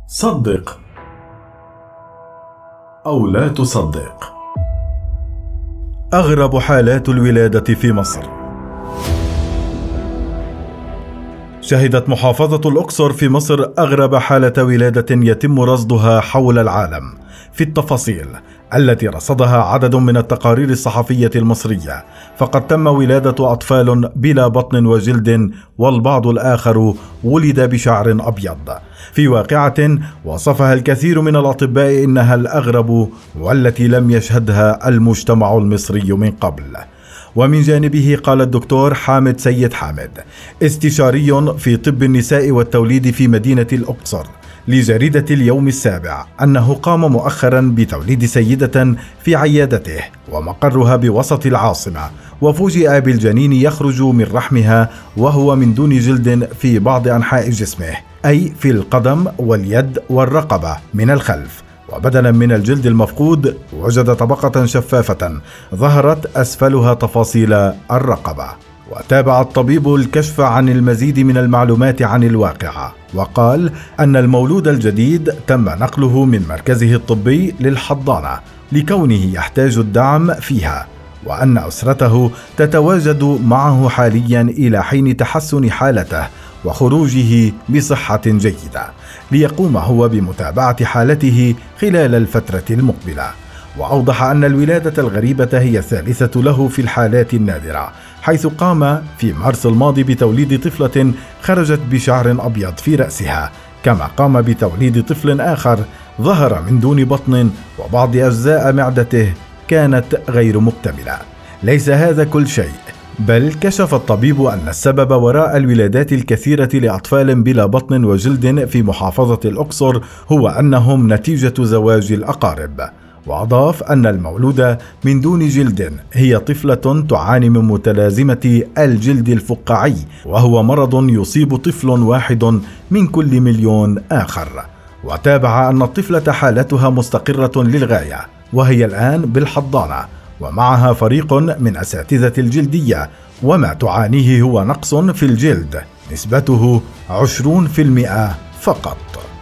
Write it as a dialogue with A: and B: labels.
A: صدق أو لا تصدق. أغرب حالات الولادة في مصر. شهدت محافظة الأقصر في مصر أغرب حالة ولادة يتم رصدها حول العالم في التفاصيل التي رصدها عدد من التقارير الصحفية المصرية، فقد تم ولادة أطفال بلا بطن وجلد، والبعض الآخر ولد بشعر أبيض، في واقعة وصفها الكثير من الأطباء إنها الأغرب والتي لم يشهدها المجتمع المصري من قبل. ومن جانبه قال الدكتور حامد سيد حامد، استشاري في طب النساء والتوليد في مدينة الأقصر، لجريدة اليوم السابع، أنه قام مؤخرا بتوليد سيدة في عيادته ومقرها بوسط العاصمة، وفوجئ بالجنين يخرج من رحمها وهو من دون جلد في بعض أنحاء جسمه، أي في القدم واليد والرقبة من الخلف، وبدلا من الجلد المفقود وجد طبقة شفافة ظهرت أسفلها تفاصيل الرقبة. وتابع الطبيب الكشف عن المزيد من المعلومات عن الواقعة، وقال أن المولود الجديد تم نقله من مركزه الطبي للحضانة لكونه يحتاج الدعم فيها، وأن أسرته تتواجد معه حاليا إلى حين تحسن حالته وخروجه بصحة جيدة، ليقوم هو بمتابعة حالته خلال الفترة المقبلة. وأوضح أن الولادة الغريبة هي الثالثة له في الحالات النادرة، حيث قام في مارس الماضي بتوليد طفلة خرجت بشعر أبيض في رأسها، كما قام بتوليد طفل آخر ظهر من دون بطن وبعض أجزاء معدته كانت غير مكتملة. ليس هذا كل شيء، بل كشف الطبيب أن السبب وراء الولادات الكثيرة لأطفال بلا بطن وجلد في محافظة الأقصر هو أنهم نتيجة زواج الأقارب. وأضاف أن المولودة من دون جلد هي طفلة تعاني من متلازمة الجلد الفقاعي، وهو مرض يصيب طفل واحد من كل مليون آخر. وتابع أن الطفلة حالتها مستقرة للغاية، وهي الآن بالحضانة ومعها فريق من أساتذة الجلدية، وما تعانيه هو نقص في الجلد نسبته 20% فقط.